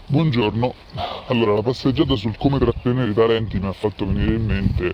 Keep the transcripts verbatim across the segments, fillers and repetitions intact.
Buongiorno, allora la passeggiata sul come trattenere i talenti mi ha fatto venire in mente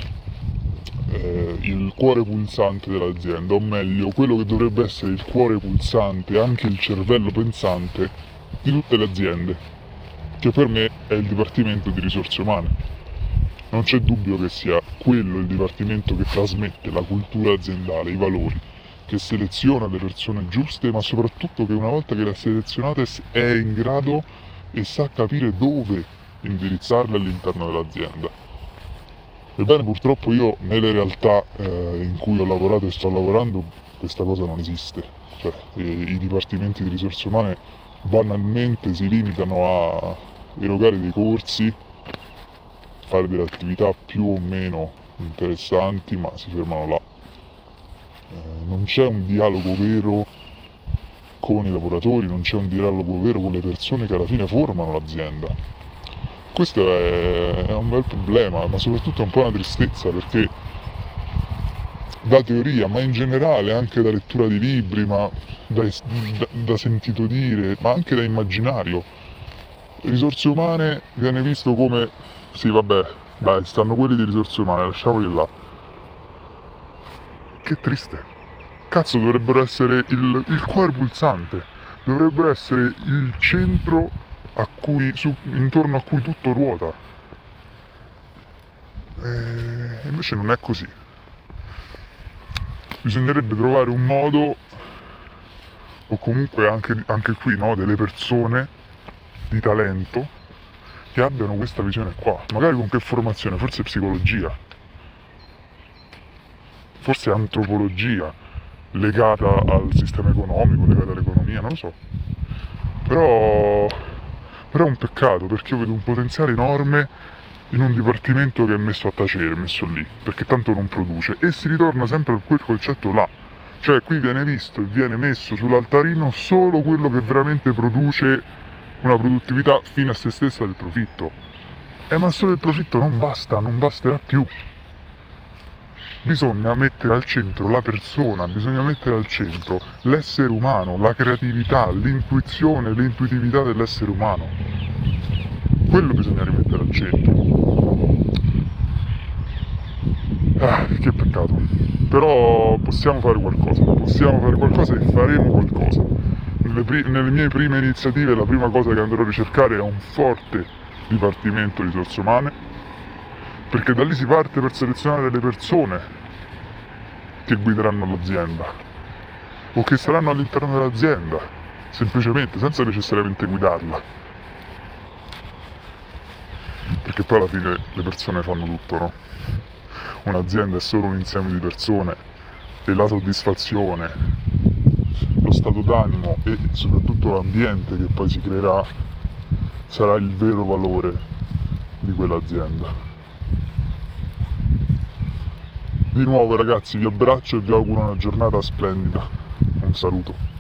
eh, il cuore pulsante dell'azienda, o meglio, quello che dovrebbe essere il cuore pulsante, anche il cervello pensante di tutte le aziende, che per me è il Dipartimento di Risorse Umane. Non c'è dubbio che sia quello il dipartimento che trasmette la cultura aziendale, i valori, che seleziona le persone giuste, ma soprattutto che una volta che le ha selezionate è in grado e sa capire dove indirizzarle all'interno dell'azienda. Ebbene, purtroppo io nelle realtà eh, in cui ho lavorato e sto lavorando questa cosa non esiste. Cioè, eh, i dipartimenti di risorse umane banalmente si limitano a erogare dei corsi, fare delle attività più o meno interessanti, ma si fermano là. Eh, non c'è un dialogo vero con i lavoratori, non c'è un dialogo vero con le persone che alla fine formano l'azienda. Questo è, è un bel problema, ma soprattutto è un po' una tristezza, perché da teoria, ma in generale anche da lettura di libri, ma da, da, da sentito dire, ma anche da immaginario, risorse umane viene visto come sì, vabbè, dai, stanno quelli di risorse umane, lasciamoli là. Che triste. Cazzo, dovrebbero essere il, il cuore pulsante, dovrebbero essere il centro a cui, su, intorno a cui tutto ruota. E invece non è così. Bisognerebbe trovare un modo, o comunque anche, anche qui, no, delle persone di talento che abbiano questa visione qua. Magari con che formazione? Forse psicologia, forse antropologia, legata al sistema economico, legata all'economia, non lo so. Però, però è un peccato, perché io vedo un potenziale enorme in un dipartimento che è messo a tacere, messo lì, perché tanto non produce. E si ritorna sempre a quel concetto là. Cioè qui viene visto e viene messo sull'altarino solo quello che veramente produce una produttività fine a se stessa del profitto. Eh, ma solo il profitto non basta, non basterà più. Bisogna mettere al centro la persona, bisogna mettere al centro l'essere umano, la creatività, l'intuizione, l'intuitività dell'essere umano. Quello bisogna rimettere al centro. Ah, che peccato. Però possiamo fare qualcosa, possiamo fare qualcosa e faremo qualcosa. Nelle, pri- nelle mie prime iniziative la prima cosa che andrò a ricercare è un forte dipartimento di risorse umane, perché da lì si parte per selezionare le persone che guideranno l'azienda o che saranno all'interno dell'azienda, semplicemente, senza necessariamente guidarla, perché poi alla fine le persone fanno tutto, no? Un'azienda è solo un insieme di persone e la soddisfazione, lo stato d'animo e soprattutto l'ambiente che poi si creerà sarà il vero valore di quell'azienda. Di nuovo ragazzi, vi abbraccio e vi auguro una giornata splendida. Un saluto.